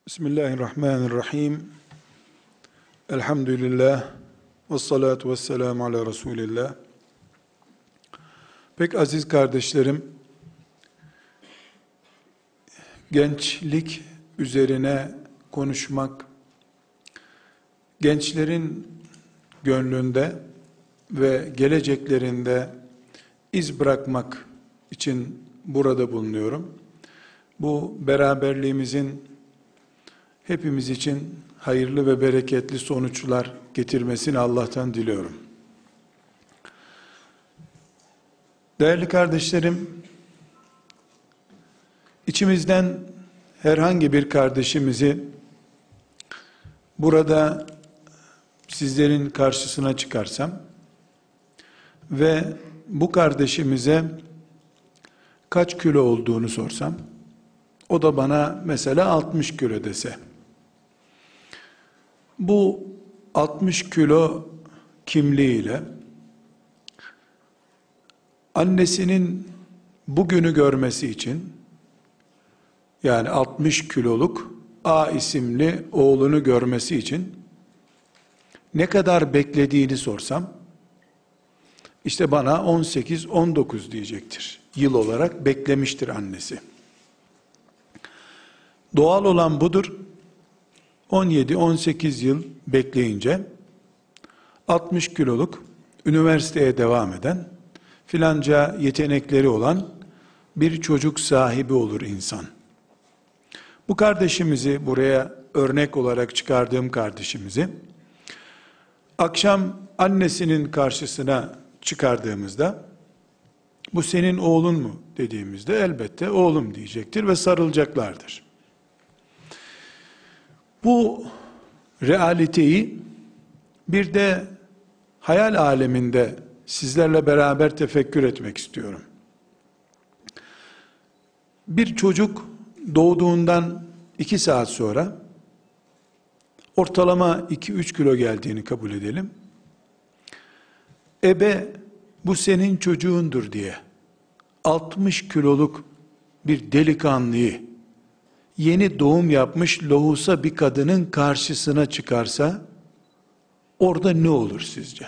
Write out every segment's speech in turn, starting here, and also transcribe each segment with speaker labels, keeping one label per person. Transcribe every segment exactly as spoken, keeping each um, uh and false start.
Speaker 1: Bismillahirrahmanirrahim. Elhamdülillah. Ve salatu ve selamu ala Resulillah. Pek aziz kardeşlerim, gençlik üzerine konuşmak, gençlerin gönlünde ve geleceklerinde iz bırakmak için burada bulunuyorum. Bu beraberliğimizin hepimiz için hayırlı ve bereketli sonuçlar getirmesini Allah'tan diliyorum. Değerli kardeşlerim, içimizden herhangi bir kardeşimizi burada sizlerin karşısına çıkarsam ve bu kardeşimize kaç kilo olduğunu sorsam, o da bana mesela altmış kilo dese, bu altmış kilo kimliğiyle annesinin bugünü görmesi için, yani altmış kiloluk A isimli oğlunu görmesi için ne kadar beklediğini sorsam, işte bana on sekiz on dokuz diyecektir. Yıl olarak beklemiştir annesi. Doğal olan budur. on yedi on sekiz yıl bekleyince altmış kiloluk, üniversiteye devam eden, filanca yetenekleri olan bir çocuk sahibi olur insan. Bu kardeşimizi, buraya örnek olarak çıkardığım kardeşimizi, akşam annesinin karşısına çıkardığımızda, bu senin oğlun mu dediğimizde elbette oğlum diyecektir ve sarılacaklardır. Bu realiteyi bir de hayal aleminde sizlerle beraber tefekkür etmek istiyorum. Bir çocuk doğduğundan iki saat sonra ortalama iki üç kilo geldiğini kabul edelim. Ebe bu senin çocuğundur diye altmış kiloluk bir delikanlıyı yeni doğum yapmış lohusa bir kadının karşısına çıkarsa, orada ne olur sizce?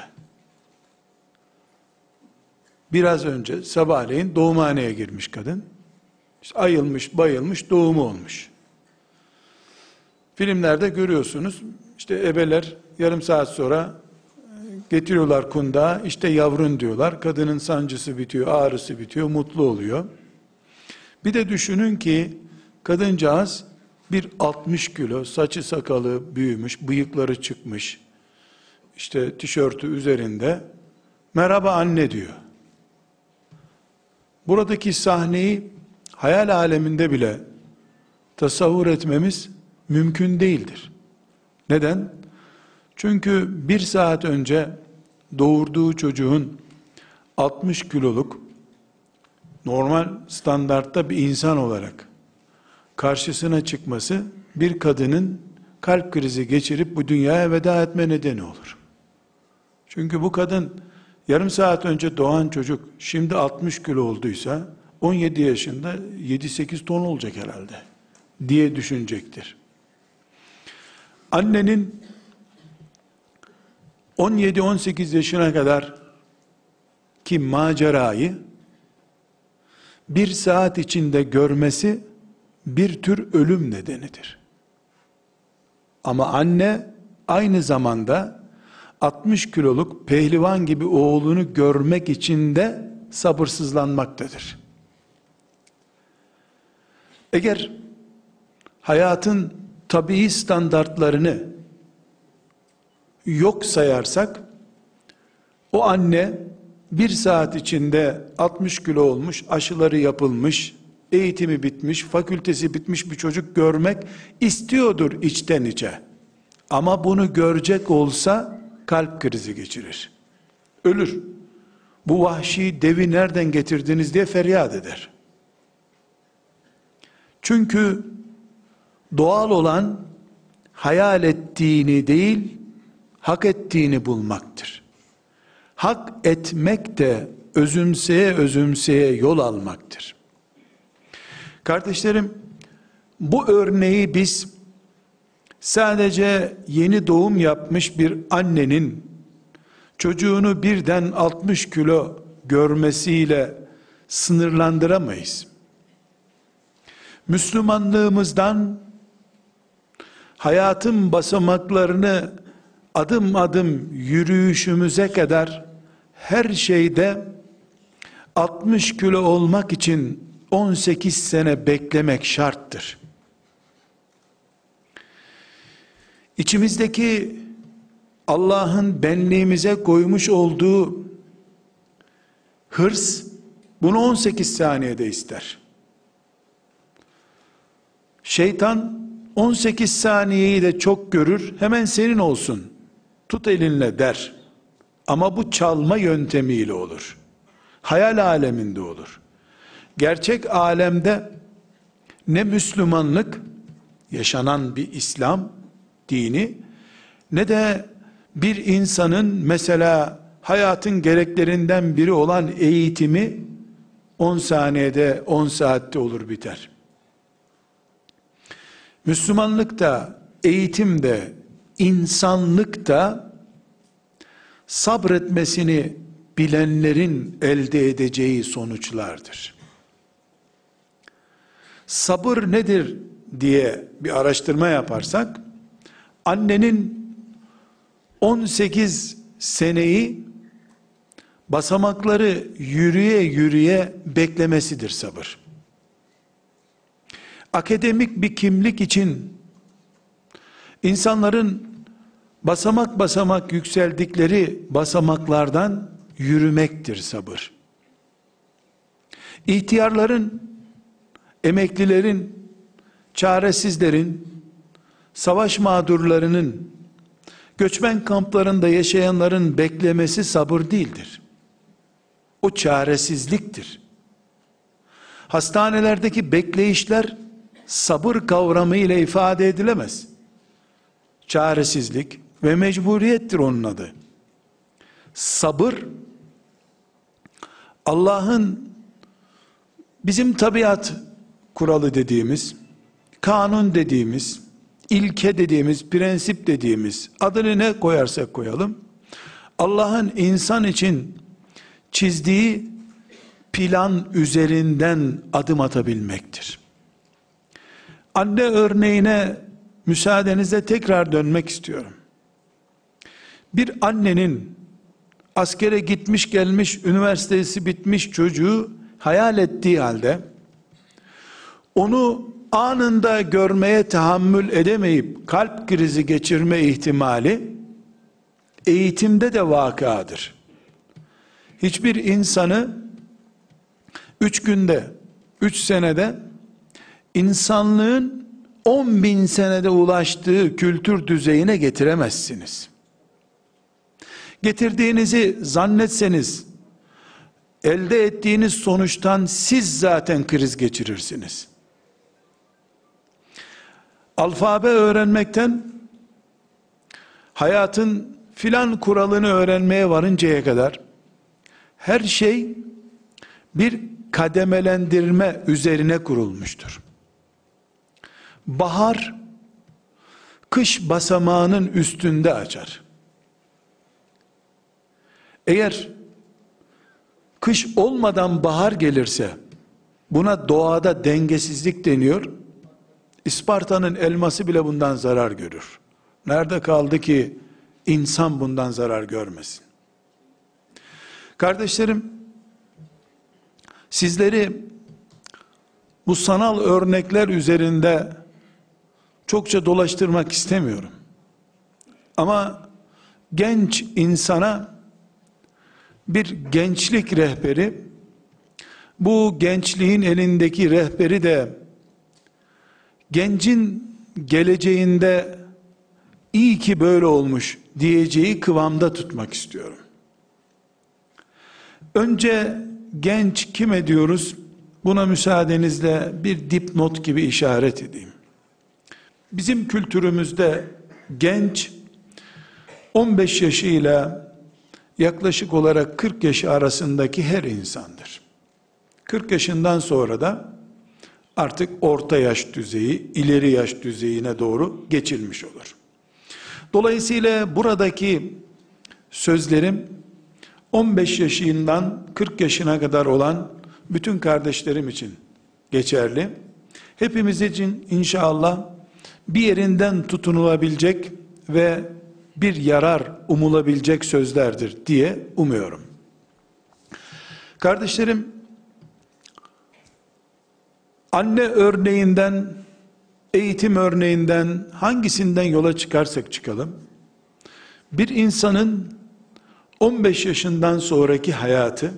Speaker 1: Biraz önce sabahleyin doğumhaneye girmiş kadın, işte ayılmış bayılmış doğumu olmuş. Filmlerde görüyorsunuz, işte ebeler yarım saat sonra getiriyorlar kundağı, işte yavrun diyorlar, kadının sancısı bitiyor, ağrısı bitiyor, mutlu oluyor. Bir de düşünün ki, kadıncağız bir altmış kilo, saçı sakalı büyümüş, bıyıkları çıkmış, işte tişörtü üzerinde, merhaba anne diyor. Buradaki sahneyi hayal aleminde bile tasavvur etmemiz mümkün değildir. Neden? Çünkü bir saat önce doğurduğu çocuğun altmış kiloluk, normal standartta bir insan olarak karşısına çıkması, bir kadının kalp krizi geçirip bu dünyaya veda etme nedeni olur. Çünkü bu kadın yarım saat önce doğan çocuk şimdi altmış kilo olduysa on yedi yaşında yedi sekiz ton olacak herhalde diye düşünecektir. Annenin on yedi on sekiz yaşına kadar ki macerayı bir saat içinde görmesi bir tür ölüm nedenidir. Ama anne aynı zamanda altmış kiloluk pehlivan gibi oğlunu görmek için de sabırsızlanmaktadır. Eğer hayatın tabii standartlarını yok sayarsak, o anne bir saat içinde altmış kilo olmuş, aşıları yapılmış, eğitimi bitmiş, fakültesi bitmiş bir çocuk görmek istiyordur içten içe. Ama bunu görecek olsa kalp krizi geçirir. Ölür. Bu vahşi devi nereden getirdiniz diye feryat eder. Çünkü doğal olan hayal ettiğini değil, hak ettiğini bulmaktır. Hak etmek de özümseye özümseye yol almaktır. Kardeşlerim, bu örneği biz sadece yeni doğum yapmış bir annenin çocuğunu birden altmış kilo görmesiyle sınırlandıramayız. Müslümanlığımızdan hayatın basamaklarını adım adım yürüyüşümüze kadar her şeyde altmış kilo olmak için on sekiz sene beklemek şarttır. İçimizdeki Allah'ın benliğimize koymuş olduğu hırs bunu on sekiz saniyede ister. Şeytan on sekiz saniyeyi de çok görür, hemen senin olsun, tut elinle der. Ama bu çalma yöntemiyle olur. Hayal aleminde olur. Gerçek alemde ne Müslümanlık, yaşanan bir İslam dini, ne de bir insanın mesela hayatın gereklerinden biri olan eğitimi on saniyede, on saatte olur biter. Müslümanlıkta, eğitimde, insanlıkta sabretmesini bilenlerin elde edeceği sonuçlardır. Sabır nedir diye bir araştırma yaparsak, annenin on sekiz seneyi basamakları yürüye yürüye beklemesidir sabır. Akademik bir kimlik için insanların basamak basamak yükseldikleri basamaklardan yürümektir sabır. İhtiyarların, emeklilerin, çaresizlerin, savaş mağdurlarının, göçmen kamplarında yaşayanların beklemesi sabır değildir. O çaresizliktir. Hastanelerdeki bekleyişler sabır kavramı ile ifade edilemez. Çaresizlik ve mecburiyettir onun adı. Sabır, Allah'ın bizim tabiat kuralı dediğimiz, kanun dediğimiz, ilke dediğimiz, prensip dediğimiz, adını ne koyarsak koyalım, Allah'ın insan için çizdiği plan üzerinden adım atabilmektir. Anne örneğine müsaadenizle tekrar dönmek istiyorum. Bir annenin askere gitmiş gelmiş, üniversitesi bitmiş çocuğu hayal ettiği halde, onu anında görmeye tahammül edemeyip kalp krizi geçirme ihtimali eğitimde de vakadır. Hiçbir insanı üç günde, üç senede insanlığın on bin senede ulaştığı kültür düzeyine getiremezsiniz. Getirdiğinizi zannetseniz, elde ettiğiniz sonuçtan siz zaten kriz geçirirsiniz. Alfabe öğrenmekten, hayatın filan kuralını öğrenmeye varıncaya kadar, her şey bir kademelendirme üzerine kurulmuştur. Bahar, kış basamağının üstünde açar. Eğer kış olmadan bahar gelirse, buna doğada dengesizlik deniyor. İsparta'nın elması bile bundan zarar görür. Nerede kaldı ki insan bundan zarar görmesin? Kardeşlerim, sizleri bu sanal örnekler üzerinde çokça dolaştırmak istemiyorum. Ama genç insana bir gençlik rehberi, bu gençliğin elindeki rehberi de gencin geleceğinde iyi ki böyle olmuş diyeceği kıvamda tutmak istiyorum. Önce genç kime diyoruz? Buna müsaadenizle bir dipnot gibi işaret edeyim. Bizim kültürümüzde genç on beş yaşıyla yaklaşık olarak kırk yaş arasındaki her insandır. kırk yaşından sonra da artık orta yaş düzeyi, ileri yaş düzeyine doğru geçilmiş olur. Dolayısıyla buradaki sözlerim on beş yaşından kırk yaşına kadar olan bütün kardeşlerim için geçerli. Hepimiz için inşallah bir yerinden tutunulabilecek ve bir yarar umulabilecek sözlerdir diye umuyorum. Kardeşlerim, anne örneğinden, eğitim örneğinden hangisinden yola çıkarsak çıkalım, bir insanın on beş yaşından sonraki hayatı,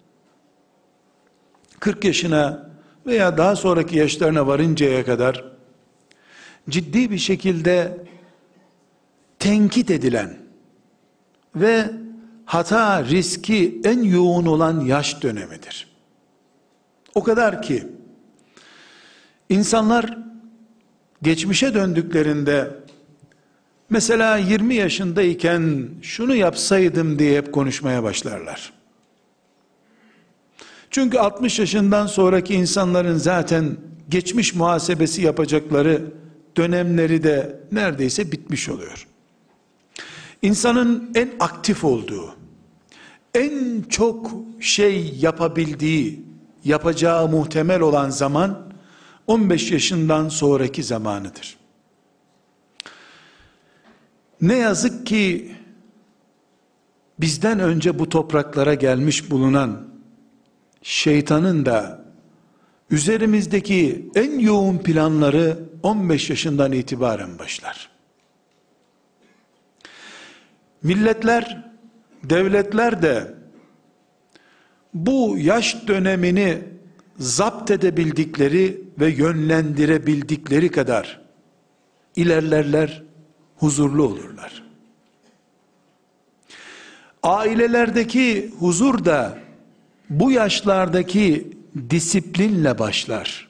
Speaker 1: kırk yaşına veya daha sonraki yaşlarına varıncaya kadar ciddi bir şekilde tenkit edilen ve hata riski en yoğun olan yaş dönemidir. O kadar ki insanlar geçmişe döndüklerinde mesela yirmi yaşındayken şunu yapsaydım diye hep konuşmaya başlarlar. Çünkü altmış yaşından sonraki insanların zaten geçmiş muhasebesi yapacakları dönemleri de neredeyse bitmiş oluyor. İnsanın en aktif olduğu, en çok şey yapabildiği, yapacağı muhtemel olan zaman on beş yaşından sonraki zamanıdır. Ne yazık ki bizden önce bu topraklara gelmiş bulunan şeytanın da üzerimizdeki en yoğun planları on beş yaşından itibaren başlar. Milletler, devletler de bu yaş dönemini zapt edebildikleri ve yönlendirebildikleri kadar ilerlerler, huzurlu olurlar. Ailelerdeki huzur da bu yaşlardaki disiplinle başlar.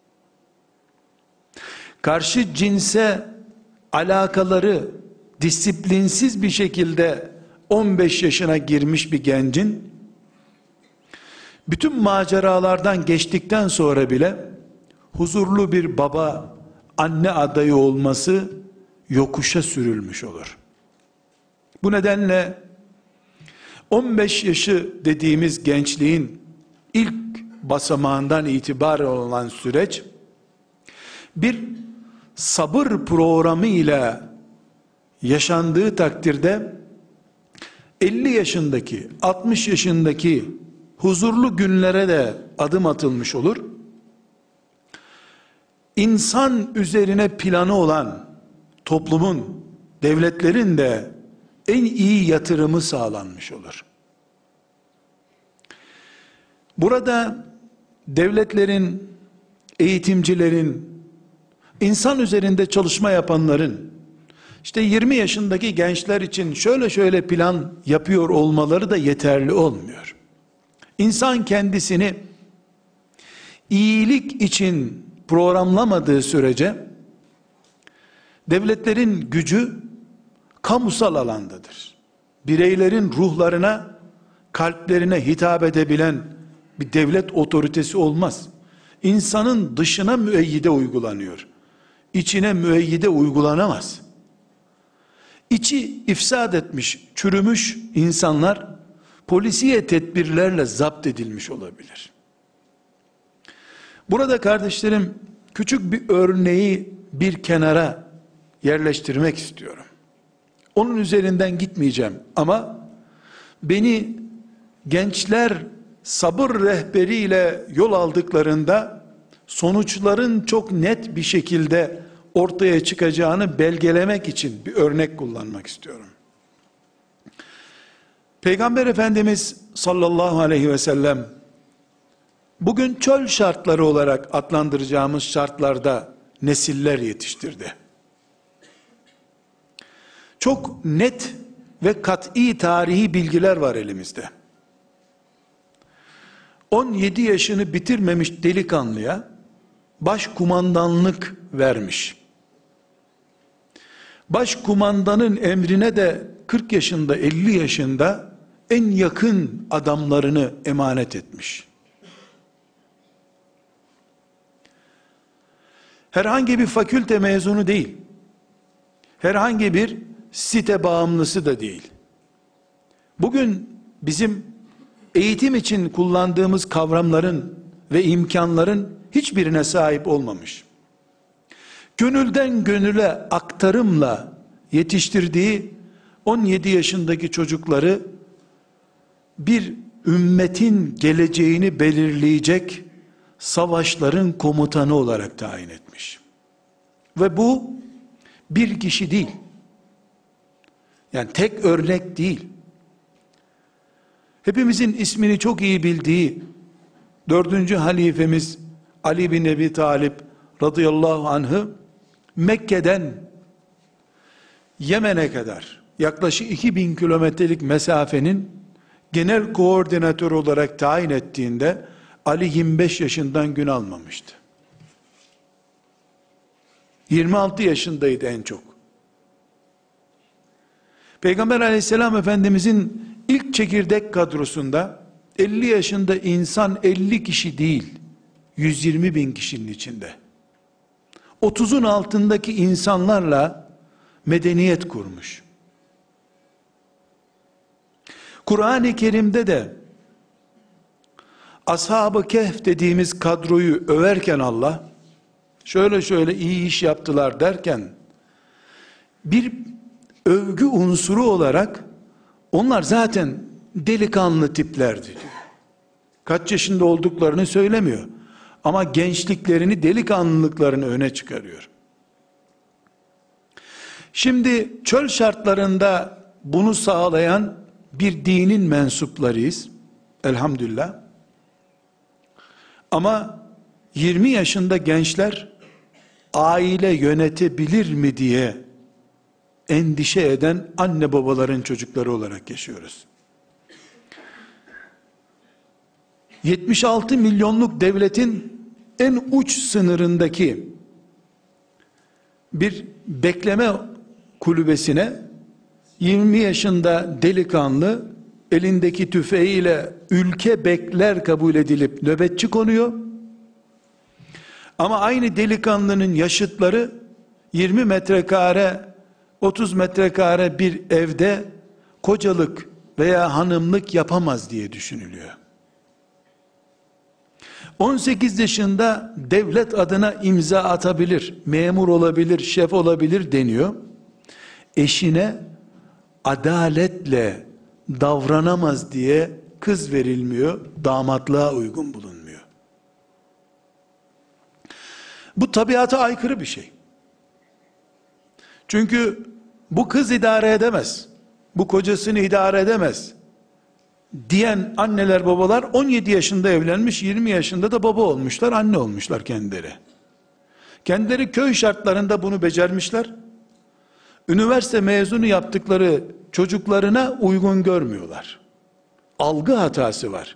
Speaker 1: Karşı cinse alakaları disiplinsiz bir şekilde on beş yaşına girmiş bir gencin bütün maceralardan geçtikten sonra bile huzurlu bir baba, anne adayı olması yokuşa sürülmüş olur. Bu nedenle on beş yaşı dediğimiz gençliğin ilk basamağından itibaren olan süreç bir sabır programı ile yaşandığı takdirde elli yaşındaki, altmış yaşındaki huzurlu günlere de adım atılmış olur. İnsan üzerine planı olan toplumun, devletlerin de en iyi yatırımı sağlanmış olur. Burada devletlerin, eğitimcilerin, insan üzerinde çalışma yapanların, işte yirmi yaşındaki gençler için şöyle şöyle plan yapıyor olmaları da yeterli olmuyor. İnsan kendisini iyilik için programlamadığı sürece, devletlerin gücü kamusal alandadır. Bireylerin ruhlarına, kalplerine hitap edebilen bir devlet otoritesi olmaz. İnsanın dışına müeyyide uygulanıyor. İçine müeyyide uygulanamaz. İçi ifsad etmiş, çürümüş insanlar polisiye tedbirlerle zapt edilmiş olabilir. Burada kardeşlerim, küçük bir örneği bir kenara yerleştirmek istiyorum. Onun üzerinden gitmeyeceğim ama beni gençler sabır rehberiyle yol aldıklarında sonuçların çok net bir şekilde ortaya çıkacağını belgelemek için bir örnek kullanmak istiyorum. Peygamber Efendimiz sallallahu aleyhi ve sellem bugün çöl şartları olarak adlandıracağımız şartlarda nesiller yetiştirdi. Çok net ve kat'i tarihi bilgiler var elimizde. on yedi yaşını bitirmemiş delikanlıya başkumandanlık vermiş. Başkumandanın emrine de kırk yaşında, elli yaşında en yakın adamlarını emanet etmiş. Herhangi bir fakülte mezunu değil. Herhangi bir site bağımlısı da değil. Bugün bizim eğitim için kullandığımız kavramların ve imkanların hiçbirine sahip olmamış. Gönülden gönüle aktarımla yetiştirdiği on yedi yaşındaki çocukları bir ümmetin geleceğini belirleyecek savaşların komutanı olarak tayin etmiş. Ve bu bir kişi değil. Yani tek örnek değil. Hepimizin ismini çok iyi bildiği dördüncü halifemiz Ali bin Ebi Talib radıyallahu anh'ı Mekke'den Yemen'e kadar yaklaşık iki bin kilometrelik mesafenin genel koordinatör olarak tayin ettiğinde Ali yirmi beş yaşından gün almamıştı. yirmi altı yaşındaydı en çok. Peygamber aleyhisselam efendimizin ilk çekirdek kadrosunda elli yaşında insan elli kişi değil, yüz yirmi bin kişinin içinde. otuzun altındaki insanlarla medeniyet kurmuş. Kur'an-ı Kerim'de de Ashab-ı Kehf dediğimiz kadroyu överken Allah, şöyle şöyle iyi iş yaptılar derken, bir övgü unsuru olarak onlar zaten delikanlı tiplerdi diyor. Kaç yaşında olduklarını söylemiyor. Ama gençliklerini, delikanlılıklarını öne çıkarıyor. Şimdi çöl şartlarında bunu sağlayan bir dinin mensuplarıyız. Elhamdülillah. Ama yirmi yaşında gençler aile yönetebilir mi diye endişe eden anne babaların çocukları olarak yaşıyoruz. yetmiş altı milyonluk devletin en uç sınırındaki bir bekleme kulübesine yirmi yaşında delikanlı elindeki tüfeğiyle ülke bekler kabul edilip nöbetçi konuyor. Ama aynı delikanlının yaşıtları yirmi metrekare, otuz metrekare bir evde kocalık veya hanımlık yapamaz diye düşünülüyor. on sekiz yaşında devlet adına imza atabilir, memur olabilir, şef olabilir deniyor. Eşine adaletle davranamaz diye kız verilmiyor, damatlığa uygun bulunmuyor. Bu tabiata aykırı bir şey. Çünkü bu kız idare edemez, bu kocasını idare edemez diyen anneler babalar on yedi yaşında evlenmiş, yirmi yaşında da baba olmuşlar, anne olmuşlar kendileri. Kendileri köy şartlarında bunu becermişler. Üniversite mezunu yaptıkları çocuklarına uygun görmüyorlar. Algı hatası var.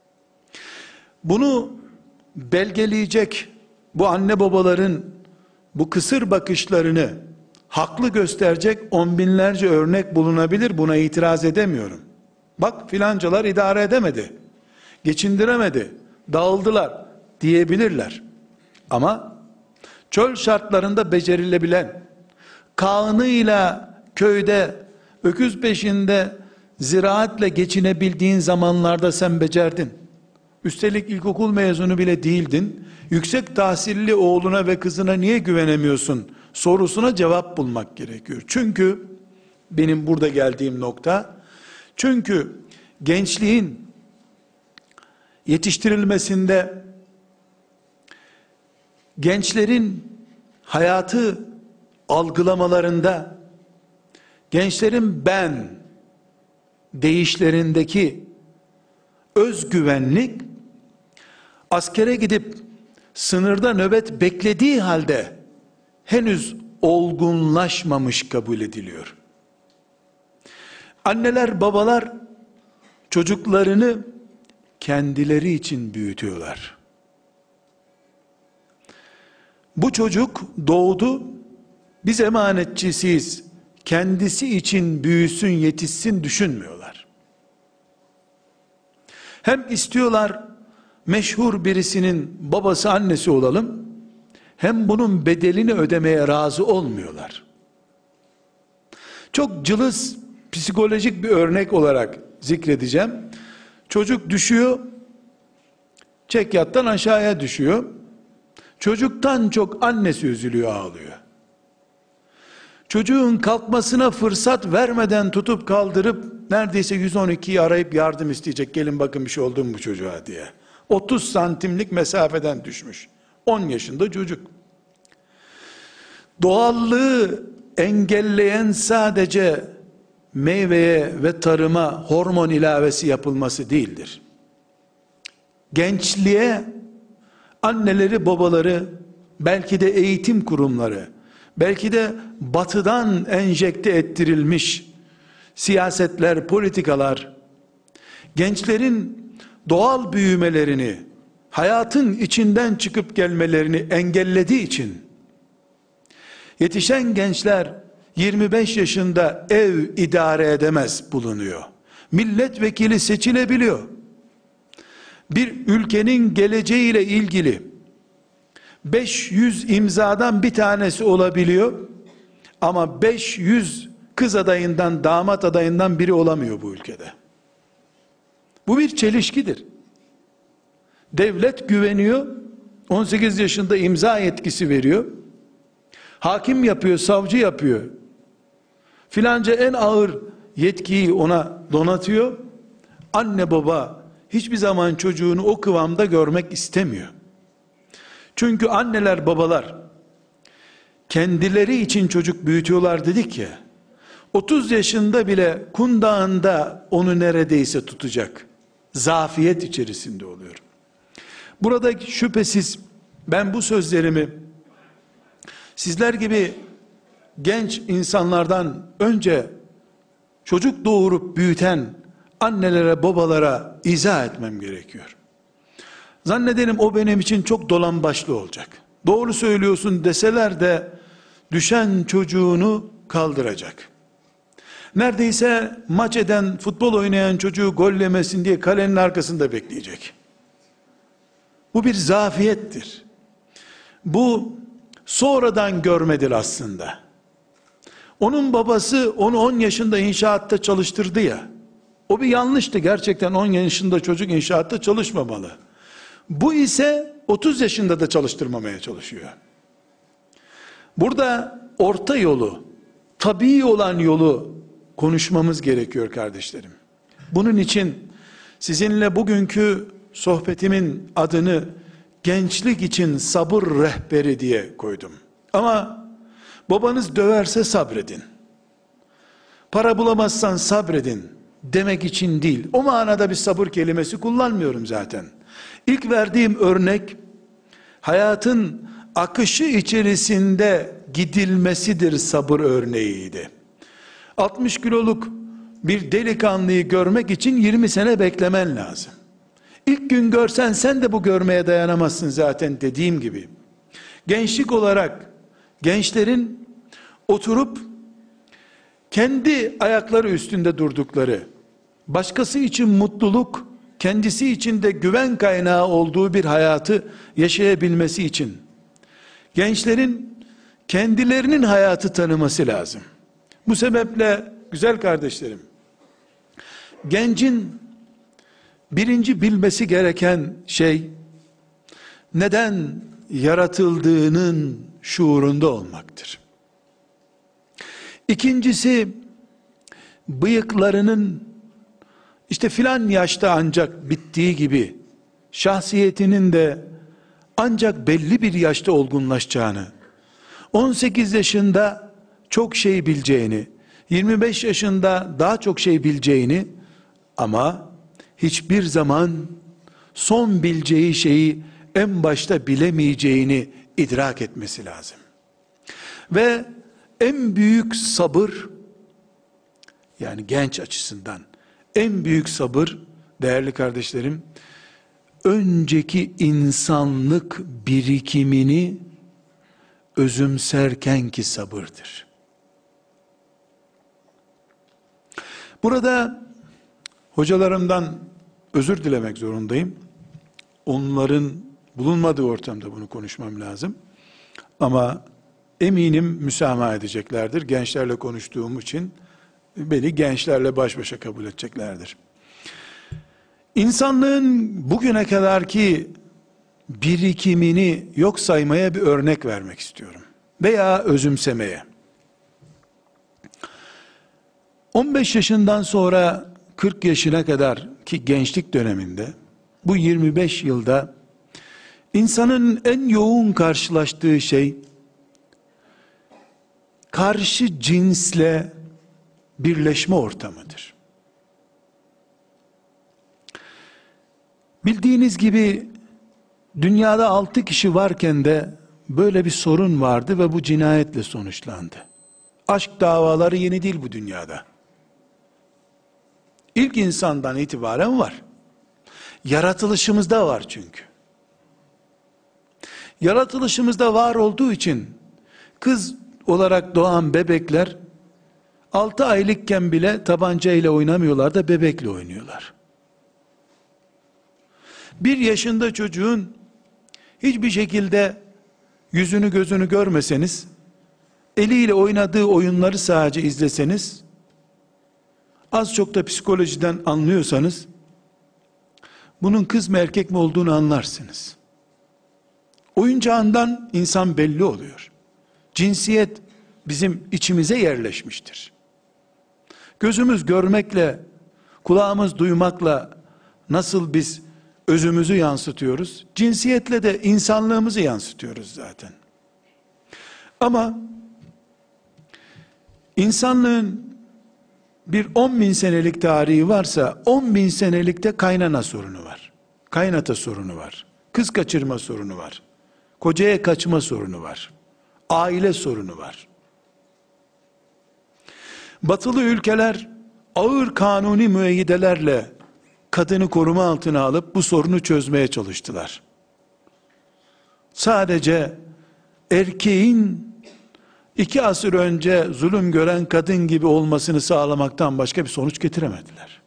Speaker 1: Bunu belgeleyecek bu anne babaların bu kısır bakışlarını haklı gösterecek on binlerce örnek bulunabilir, buna itiraz edemiyorum. Bak filancalar idare edemedi, geçindiremedi, dağıldılar diyebilirler. Ama çöl şartlarında becerilebilen, kağınıyla köyde öküz peşinde ziraatle geçinebildiğin zamanlarda sen becerdin. Üstelik ilkokul mezunu bile değildin. Yüksek tahsilli oğluna ve kızına niye güvenemiyorsun sorusuna cevap bulmak gerekiyor. Çünkü benim burada geldiğim nokta, çünkü gençliğin yetiştirilmesinde gençlerin hayatı algılamalarında, gençlerin ben deyişlerindeki özgüvenlik, askere gidip sınırda nöbet beklediği halde henüz olgunlaşmamış kabul ediliyor. Anneler, babalar çocuklarını kendileri için büyütüyorlar. Bu çocuk doğdu, biz emanetçisiyiz, kendisi için büyüsün, yetişsin düşünmüyorlar. Hem istiyorlar meşhur birisinin babası annesi olalım, hem bunun bedelini ödemeye razı olmuyorlar. Çok cılız psikolojik bir örnek olarak zikredeceğim. Çocuk düşüyor, çekyattan aşağıya düşüyor. Çocuktan çok annesi üzülüyor, ağlıyor. Çocuğun kalkmasına fırsat vermeden tutup kaldırıp neredeyse yüz on ikiyi arayıp yardım isteyecek. Gelin bakın bir şey oldu mu bu çocuğa diye. otuz santimlik mesafeden düşmüş. on yaşında çocuk. Doğallığı engelleyen sadece meyveye ve tarıma hormon ilavesi yapılması değildir. Gençliğe anneleri, babaları, belki de eğitim kurumları, belki de batıdan enjekte ettirilmiş siyasetler, politikalar, gençlerin doğal büyümelerini, hayatın içinden çıkıp gelmelerini engellediği için, yetişen gençler yirmi beş yaşında ev idare edemez bulunuyor. Milletvekili seçilebiliyor. Bir ülkenin geleceğiyle ilgili beş yüz imzadan bir tanesi olabiliyor. Ama beş yüz kız adayından, damat adayından biri olamıyor bu ülkede. Bu bir çelişkidir. Devlet güveniyor, on sekiz yaşında imza yetkisi veriyor. Hakim yapıyor, savcı yapıyor. Filanca en ağır yetkiyi ona donatıyor. Anne baba hiçbir zaman çocuğunu o kıvamda görmek istemiyor. Çünkü anneler, babalar kendileri için çocuk büyütüyorlar dedik ya. otuz yaşında bile kundağında onu neredeyse tutacak zafiyet içerisinde oluyor. Burada şüphesiz ben bu sözlerimi sizler gibi genç insanlardan önce çocuk doğurup büyüten annelere, babalara izah etmem gerekiyor. Zannedelim o benim için çok dolambaçlı olacak. Doğru söylüyorsun deseler de düşen çocuğunu kaldıracak. Neredeyse maç eden, futbol oynayan çocuğu gollemesin diye kalenin arkasında bekleyecek. Bu bir zafiyettir. Bu sonradan görmedir aslında. Onun babası onu on yaşında inşaatta çalıştırdı ya. O bir yanlıştı, gerçekten on yaşında çocuk inşaatta çalışmamalı. Bu ise otuz yaşında da çalıştırmamaya çalışıyor. Burada orta yolu, tabii olan yolu konuşmamız gerekiyor kardeşlerim. Bunun için sizinle bugünkü sohbetimin adını gençlik için sabır rehberi diye koydum. Ama babanız döverse sabredin. Para bulamazsan sabredin demek için değil. O manada bir sabır kelimesi kullanmıyorum zaten. İlk verdiğim örnek hayatın akışı içerisinde gidilmesidir sabır örneğiydi. altmış kiloluk bir delikanlıyı görmek için yirmi sene beklemen lazım. İlk gün görsen sen de bu görmeye dayanamazsın zaten dediğim gibi. Gençlik olarak gençlerin oturup kendi ayakları üstünde durdukları, başkası için mutluluk, kendisi için de güven kaynağı olduğu bir hayatı yaşayabilmesi için gençlerin kendilerinin hayatı tanıması lazım. Bu sebeple güzel kardeşlerim, gencin birinci bilmesi gereken şey neden yaratıldığının şuurunda olmaktır. İkincisi, bıyıklarının işte filan yaşta ancak bittiği gibi şahsiyetinin de ancak belli bir yaşta olgunlaşacağını, on sekiz yaşında çok şey bileceğini, yirmi beş yaşında daha çok şey bileceğini ama hiçbir zaman son bileceği şeyi en başta bilemeyeceğini idrak etmesi lazım. Ve en büyük sabır, yani genç açısından en büyük sabır değerli kardeşlerim, önceki insanlık birikimini özümserkenki sabırdır. Burada hocalarımdan özür dilemek zorundayım. Onların bulunmadığı ortamda bunu konuşmam lazım. Ama eminim müsamaha edeceklerdir. Gençlerle konuştuğum için beni gençlerle baş başa kabul edeceklerdir. İnsanlığın bugüne kadarki birikimini yok saymaya bir örnek vermek istiyorum. Veya özümsemeye. on beş yaşından sonra kırk yaşına kadar ki gençlik döneminde, bu yirmi beş yılda insanın en yoğun karşılaştığı şey, karşı cinsle birleşme ortamıdır. Bildiğiniz gibi dünyada altı kişi varken de böyle bir sorun vardı ve bu cinayetle sonuçlandı. Aşk davaları yeni değil bu dünyada. İlk insandan itibaren var. Yaratılışımızda var çünkü. Yaratılışımızda var olduğu için kız olarak doğan bebekler altı aylıkken bile tabanca ile oynamıyorlar da bebekle oynuyorlar. Bir yaşında çocuğun hiçbir şekilde yüzünü gözünü görmeseniz, eliyle oynadığı oyunları sadece izleseniz, az çok da psikolojiden anlıyorsanız, bunun kız mı erkek mi olduğunu anlarsınız. Oyuncağından insan belli oluyor. Cinsiyet bizim içimize yerleşmiştir. Gözümüz görmekle, kulağımız duymakla nasıl biz özümüzü yansıtıyoruz, cinsiyetle de insanlığımızı yansıtıyoruz zaten. Ama insanlığın bir on bin senelik tarihi varsa, on bin senelikte kaynana sorunu var. Kaynata sorunu var. Kız kaçırma sorunu var. Kocaya kaçma sorunu var. Aile sorunu var. Batılı ülkeler ağır kanuni müeyyidelerle kadını koruma altına alıp bu sorunu çözmeye çalıştılar. Sadece erkeğin iki asır önce zulüm gören kadın gibi olmasını sağlamaktan başka bir sonuç getiremediler.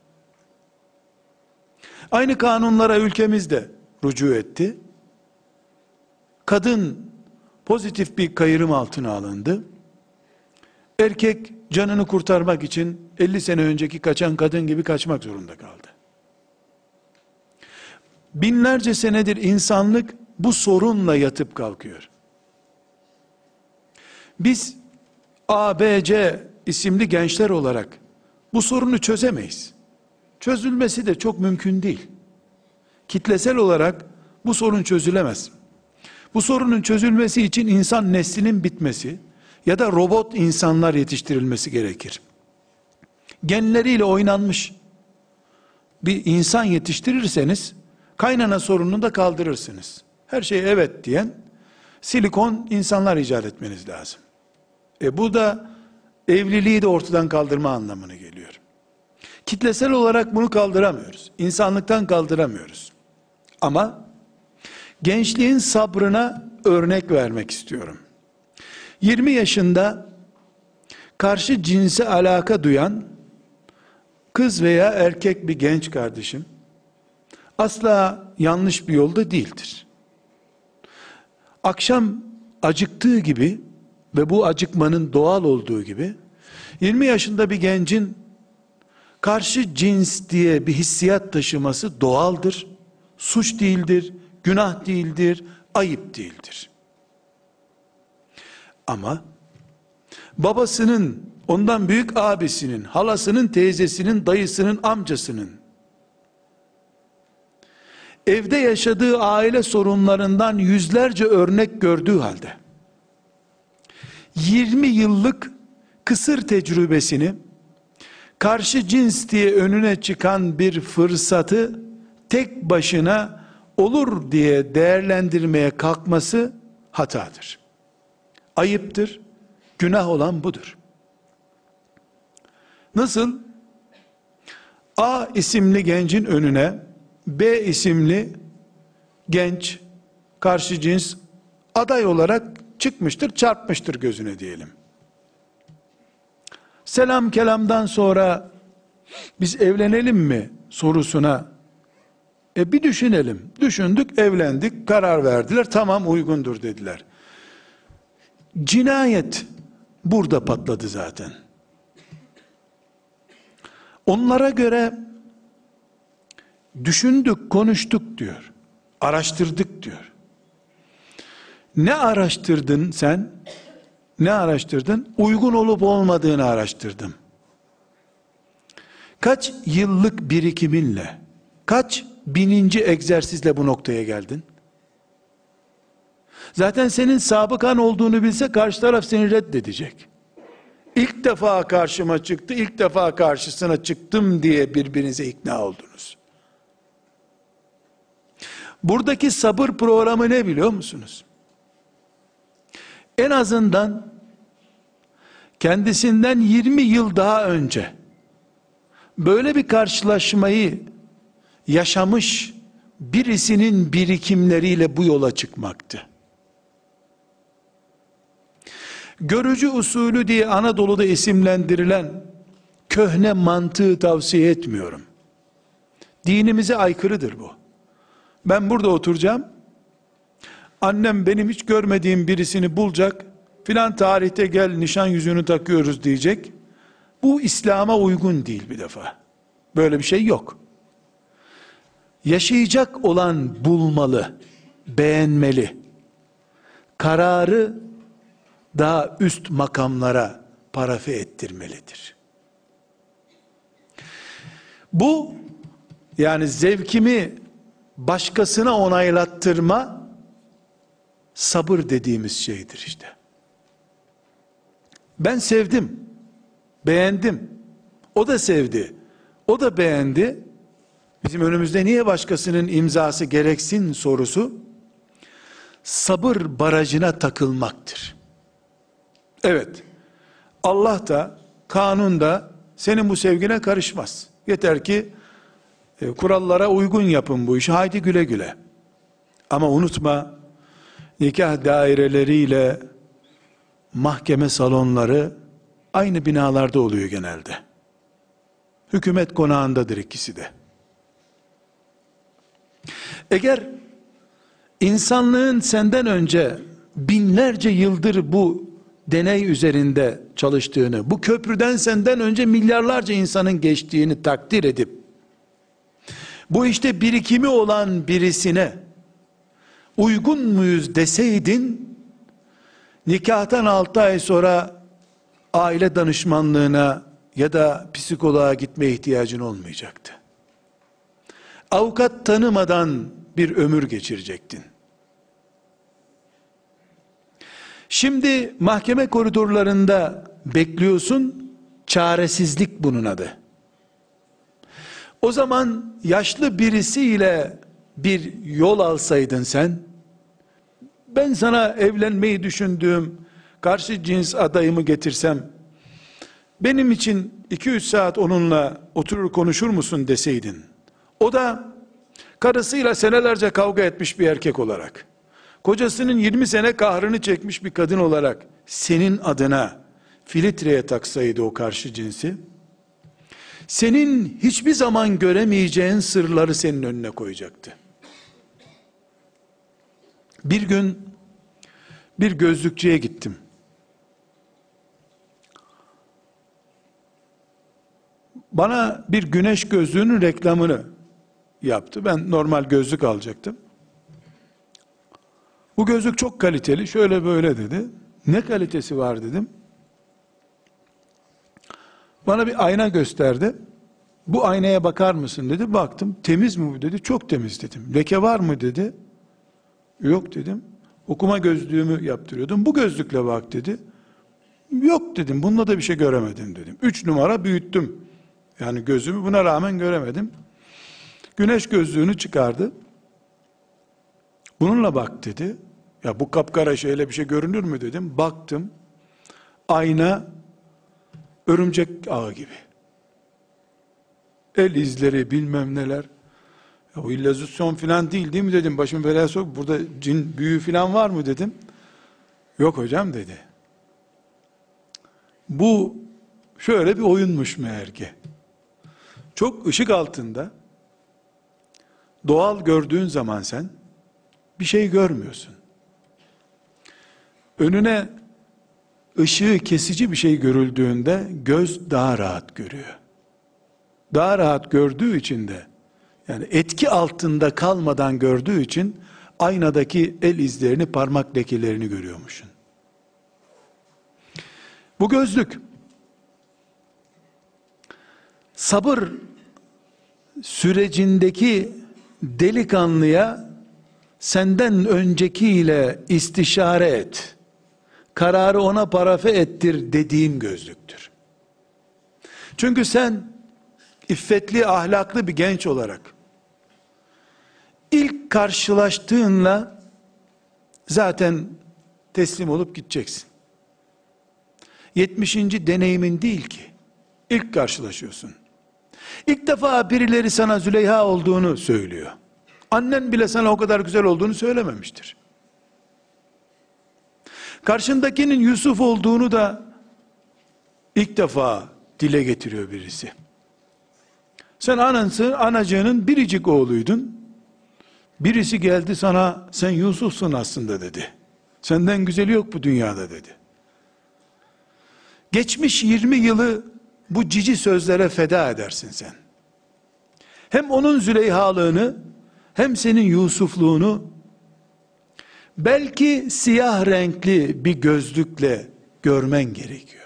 Speaker 1: Aynı kanunlara ülkemiz de rücu etti. Kadın pozitif bir kayırım altına alındı. Erkek canını kurtarmak için elli sene önceki kaçan kadın gibi kaçmak zorunda kaldı. Binlerce senedir insanlık bu sorunla yatıp kalkıyor. Biz A, B, C isimli gençler olarak bu sorunu çözemeyiz. Çözülmesi de çok mümkün değil. Kitlesel olarak bu sorun çözülemez. Bu sorunun çözülmesi için insan neslinin bitmesi ya da robot insanlar yetiştirilmesi gerekir. Genleriyle oynanmış bir insan yetiştirirseniz kaynana sorununu da kaldırırsınız. Her şeye evet diyen silikon insanlar icat etmeniz lazım. E bu da evliliği de ortadan kaldırma anlamına geliyor. Kitlesel olarak bunu kaldıramıyoruz. İnsanlıktan kaldıramıyoruz. Ama gençliğin sabrına örnek vermek istiyorum. yirmi yaşında karşı cinse alaka duyan kız veya erkek bir genç kardeşim asla yanlış bir yolda değildir. Akşam acıktığı gibi ve bu acıkmanın doğal olduğu gibi yirmi yaşında bir gencin karşı cins diye bir hissiyat taşıması doğaldır. Suç değildir, günah değildir, ayıp değildir. Ama babasının, ondan büyük abisinin, halasının, teyzesinin, dayısının, amcasının evde yaşadığı aile sorunlarından yüzlerce örnek gördüğü halde yirmi yıllık kısır tecrübesini karşı cins diye önüne çıkan bir fırsatı tek başına olur diye değerlendirmeye kalkması hatadır. Ayıptır. Günah olan budur. Nasıl? A isimli gencin önüne B isimli genç karşı cins aday olarak çıkmıştır, çarpmıştır gözüne diyelim. Selam kelamdan sonra biz evlenelim mi sorusuna e bir düşünelim. Düşündük, evlendik, karar verdiler. Tamam, uygundur dediler. Cinayet burada patladı zaten. Onlara göre düşündük, konuştuk diyor. Araştırdık diyor. Ne araştırdın sen? Ne araştırdın? Uygun olup olmadığını araştırdım. Kaç yıllık birikiminle, kaç bininci egzersizle bu noktaya geldin? Zaten senin sabıkan olduğunu bilse karşı taraf seni reddedecek. İlk defa karşıma çıktı, ilk defa karşısına çıktım diye birbirinize ikna oldunuz. Buradaki sabır programı ne biliyor musunuz? En azından kendisinden yirmi yıl daha önce böyle bir karşılaşmayı yaşamış birisinin birikimleriyle bu yola çıkmaktı. Görücü usulü diye Anadolu'da isimlendirilen köhne mantığı tavsiye etmiyorum. Dinimize aykırıdır bu. Ben burada oturacağım. Annem benim hiç görmediğim birisini bulacak. Filan tarihte gel nişan yüzüğünü takıyoruz diyecek. Bu İslam'a uygun değil bir defa. Böyle bir şey yok. Yaşayacak olan bulmalı, beğenmeli. Kararı daha üst makamlara parafe ettirmelidir. Bu yani zevkimi başkasına onaylattırma sabır dediğimiz şeydir işte. Ben sevdim, beğendim. O da sevdi, o da beğendi. Bizim önümüzde niye başkasının imzası gereksin sorusu sabır barajına takılmaktır. Evet, Allah da kanun da senin bu sevgine karışmaz. Yeter ki e, kurallara uygun yapın bu işi. Haydi güle güle. Ama unutma, nikah daireleriyle mahkeme salonları aynı binalarda oluyor genelde. Hükümet konağındadır ikisi de. Eğer insanlığın senden önce binlerce yıldır bu deney üzerinde çalıştığını, bu köprüden senden önce milyarlarca insanın geçtiğini takdir edip, bu işte birikimi olan birisine uygun muyuz deseydin, nikahtan altı ay sonra aile danışmanlığına ya da psikoloğa gitme ihtiyacın olmayacaktı. Avukat tanımadan bir ömür geçirecektin. Şimdi mahkeme koridorlarında bekliyorsun, çaresizlik bunun adı. O zaman yaşlı birisiyle bir yol alsaydın sen, ben sana evlenmeyi düşündüğüm karşı cins adayımı getirsem, benim için iki üç saat onunla oturur konuşur musun deseydin, o da karısıyla senelerce kavga etmiş bir erkek olarak, kocasının yirmi sene kahrını çekmiş bir kadın olarak senin adına filtreye taksaydı o karşı cinsi, senin hiçbir zaman göremeyeceğin sırları senin önüne koyacaktı. Bir gün bir gözlükçüye gittim. Bana bir güneş gözlüğünün reklamını yaptı. Ben normal gözlük alacaktım. Bu gözlük çok kaliteli, şöyle böyle dedi. Ne kalitesi var dedim. Bana bir ayna gösterdi. Bu aynaya bakar mısın dedi. Baktım. Temiz mi bu dedi. Çok temiz dedim. Leke var mı dedi. Yok dedim. Okuma gözlüğümü yaptırıyordum. Bu gözlükle bak dedi. Yok dedim. Bununla da bir şey göremedim dedim. Üç numara büyüttüm. Yani gözümü buna rağmen göremedim. Güneş gözlüğünü çıkardı. Bununla bak dedi. Ya bu kapkara şeyle bir şey görünür mü dedim. Baktım. Ayna örümcek ağı gibi. El izleri bilmem neler. Ya o illüzyon falan değil değil mi dedim. Başımı belaya sok. Burada cin büyü falan var mı dedim. Yok hocam dedi. Bu şöyle bir oyunmuş meğer ki. Çok ışık altında doğal gördüğün zaman sen bir şey görmüyorsun. Önüne ışığı kesici bir şey görüldüğünde göz daha rahat görüyor. Daha rahat gördüğü için de, yani etki altında kalmadan gördüğü için aynadaki el izlerini, parmak lekelerini görüyormuşsun. Bu gözlük sabır sürecindeki delikanlıya senden öncekiyle istişare et, kararı ona parafe ettir dediğim gözlüktür. Çünkü sen iffetli, ahlaklı bir genç olarak ilk karşılaştığınla zaten teslim olup gideceksin. yetmişinci deneyimin değil ki. İlk karşılaşıyorsun. İlk defa birileri sana Züleyha olduğunu söylüyor. Annen bile sana o kadar güzel olduğunu söylememiştir. Karşındakinin Yusuf olduğunu da ilk defa dile getiriyor birisi. Sen anası, anacığının biricik oğluydun. Birisi geldi sana, sen Yusuf'sun aslında dedi. Senden güzeli yok bu dünyada dedi. Geçmiş yirmi yılı bu cici sözlere feda edersin sen. Hem onun Züleyhalığını, hem senin Yusufluğunu, belki siyah renkli bir gözlükle görmen gerekiyor.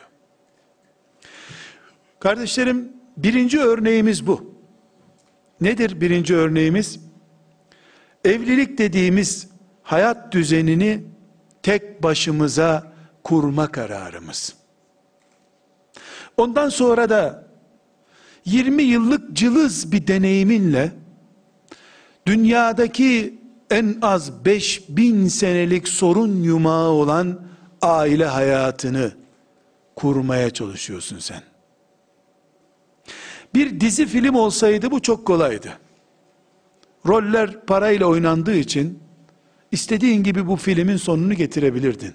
Speaker 1: Kardeşlerim, birinci örneğimiz bu. Nedir birinci örneğimiz? Evlilik dediğimiz hayat düzenini tek başımıza kurma kararımız. Ondan sonra da yirmi yıllık cılız bir deneyiminle dünyadaki en az beş bin senelik sorun yumağı olan aile hayatını kurmaya çalışıyorsun sen. Bir dizi film olsaydı bu çok kolaydı. Roller parayla oynandığı için istediğin gibi bu filmin sonunu getirebilirdin.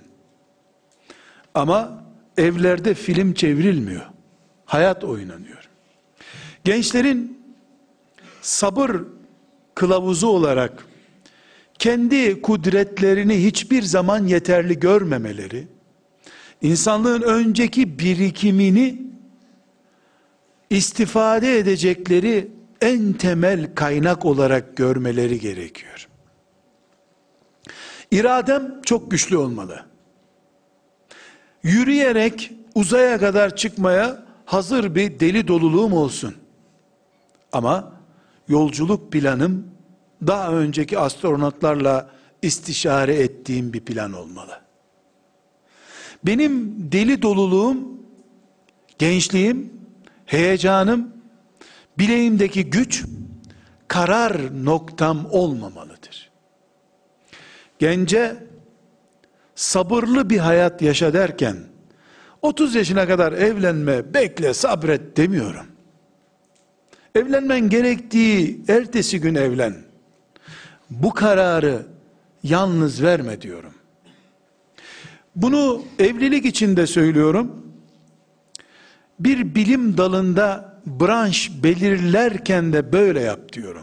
Speaker 1: Ama evlerde film çevrilmiyor. Hayat oynanıyor. Gençlerin sabır kılavuzu olarak kendi kudretlerini hiçbir zaman yeterli görmemeleri, insanlığın önceki birikimini istifade edecekleri en temel kaynak olarak görmeleri gerekiyor. İradem çok güçlü olmalı. Yürüyerek uzaya kadar çıkmaya hazır bir deli doluluğum olsun. Ama yolculuk planım daha önceki astronotlarla istişare ettiğim bir plan olmalı. Benim deli doluluğum, gençliğim, heyecanım, bileğimdeki güç, karar noktam olmamalıdır. Gence sabırlı bir hayat yaşa derken, otuz yaşına kadar evlenme, bekle, sabret demiyorum. Evlenmen gerektiği ertesi gün evlen. Bu kararı yalnız verme diyorum. Bunu evlilik için de söylüyorum. Bir bilim dalında branş belirlerken de böyle yap diyorum.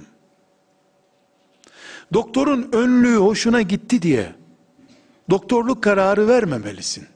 Speaker 1: Doktorun önlüğü hoşuna gitti diye doktorluk kararı vermemelisin.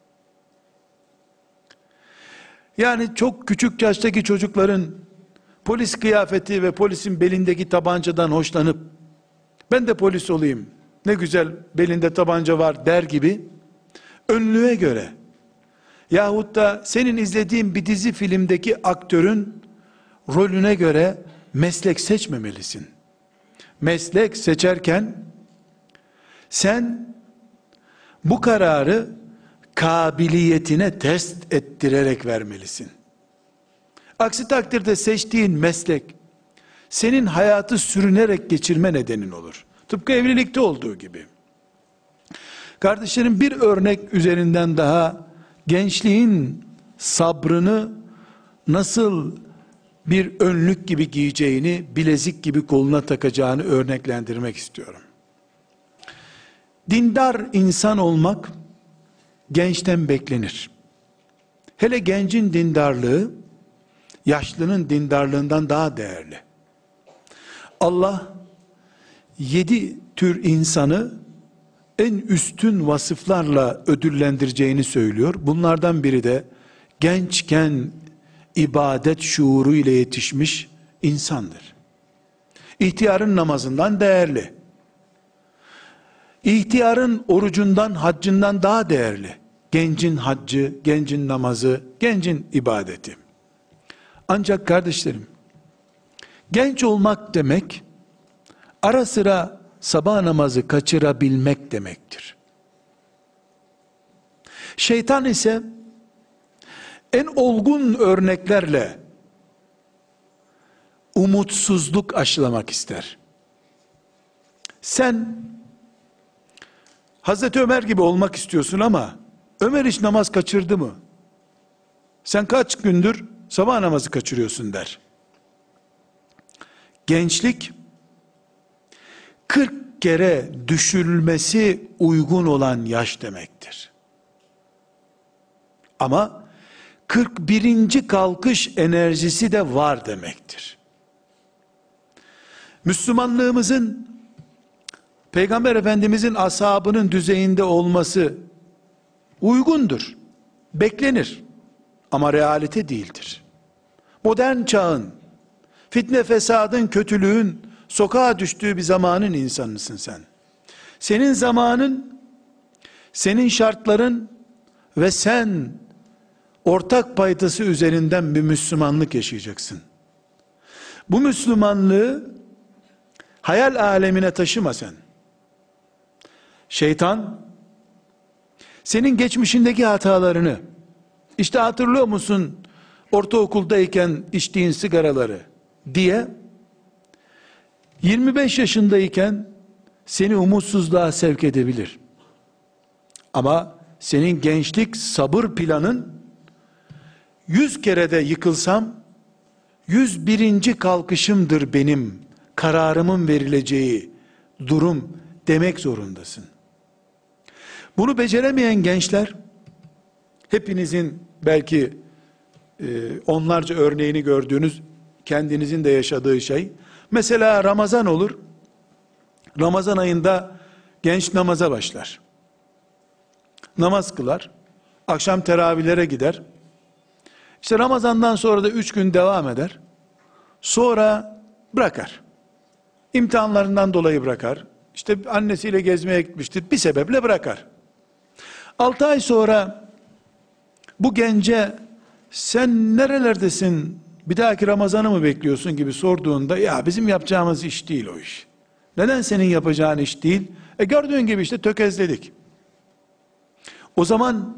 Speaker 1: Yani çok küçük yaştaki çocukların polis kıyafeti ve polisin belindeki tabancadan hoşlanıp ben de polis olayım, ne güzel belinde tabanca var der gibi önlüğe göre yahut da senin izlediğin bir dizi filmdeki aktörün rolüne göre meslek seçmemelisin. Meslek seçerken sen bu kararı kabiliyetine test ettirerek vermelisin. Aksi takdirde seçtiğin meslek senin hayatı sürünerek geçirme nedenin olur. Tıpkı evlilikte olduğu gibi. Kardeşlerim, bir örnek üzerinden daha gençliğin sabrını nasıl bir önlük gibi giyeceğini, bilezik gibi koluna takacağını örneklendirmek istiyorum. Dindar insan olmak gençten beklenir. Hele gencin dindarlığı yaşlının dindarlığından daha değerli. Allah yedi tür insanı en üstün vasıflarla ödüllendireceğini söylüyor. Bunlardan biri de gençken ibadet şuuru ile yetişmiş insandır. İhtiyarın namazından değerli. İhtiyarın orucundan, haccından daha değerli. Gencin haccı, gencin namazı, gencin ibadeti. Ancak kardeşlerim, genç olmak demek, ara sıra sabah namazı kaçırabilmek demektir. Şeytan ise, en olgun örneklerle, umutsuzluk aşılamak ister. Sen, Hazreti Ömer gibi olmak istiyorsun ama, Ömer hiç namaz kaçırdı mı? Sen kaç gündür sabah namazı kaçırıyorsun der. Gençlik, kırk kere düşülmesi uygun olan yaş demektir. Ama, kırk birinci kalkış enerjisi de var demektir. Müslümanlığımızın, Peygamber Efendimizin ashabının düzeyinde olması uygundur, beklenir ama realite değildir. Modern çağın, fitne fesadın, kötülüğün sokağa düştüğü bir zamanın insanısın sen. Senin zamanın, senin şartların ve sen ortak paydası üzerinden bir Müslümanlık yaşayacaksın. Bu Müslümanlığı hayal alemine taşıma sen. Şeytan, senin geçmişindeki hatalarını, işte hatırlıyor musun ortaokuldayken içtiğin sigaraları diye, yirmi beş yaşındayken seni umutsuzluğa sevk edebilir. Ama senin gençlik sabır planın, yüz kere de yıkılsam, yüz birinci kalkışımdır benim, kararımın verileceği durum demek zorundasın. Bunu beceremeyen gençler, hepinizin belki e, onlarca örneğini gördüğünüz, kendinizin de yaşadığı şey, mesela Ramazan olur, Ramazan ayında genç namaza başlar. Namaz kılar, akşam teravihlere gider, İşte Ramazan'dan sonra da üç gün devam eder, sonra bırakar. İmtihanlarından dolayı bırakar, İşte annesiyle gezmeye gitmiştir, bir sebeple bırakar. Altı ay sonra, bu gence, sen nerelerdesin, bir dahaki Ramazan'ı mı bekliyorsun gibi sorduğunda, ya bizim yapacağımız iş değil o iş. Neden senin yapacağın iş değil? E gördüğün gibi işte tökezledik. O zaman,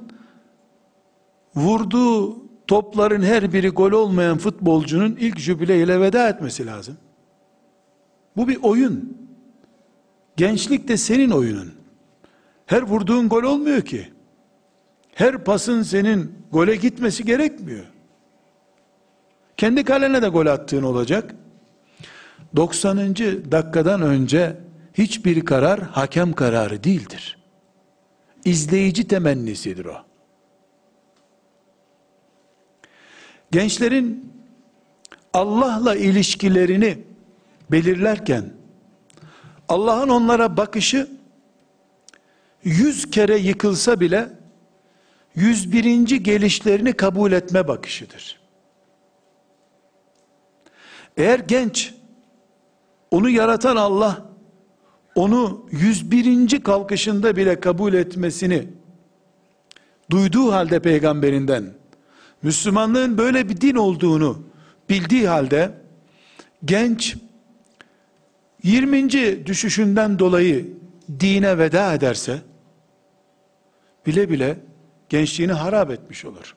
Speaker 1: vurduğu topların her biri gol olmayan futbolcunun ilk jübileyle veda etmesi lazım. Bu bir oyun. Gençlik de senin oyunun. Her vurduğun gol olmuyor ki. Her pasın senin gole gitmesi gerekmiyor. Kendi kalene de gol attığın olacak. doksanıncı dakikadan önce hiçbir karar hakem kararı değildir. İzleyici temennisidir o. Gençlerin Allah'la ilişkilerini belirlerken, Allah'ın onlara bakışı, yüz kere yıkılsa bile, yüz birinci gelişlerini kabul etme bakışıdır. Eğer genç, onu yaratan Allah, onu yüz birinci kalkışında bile kabul etmesini duyduğu halde peygamberinden, Müslümanlığın böyle bir din olduğunu bildiği halde, genç, yirminci düşüşünden dolayı dine veda ederse, bile bile gençliğini harap etmiş olur.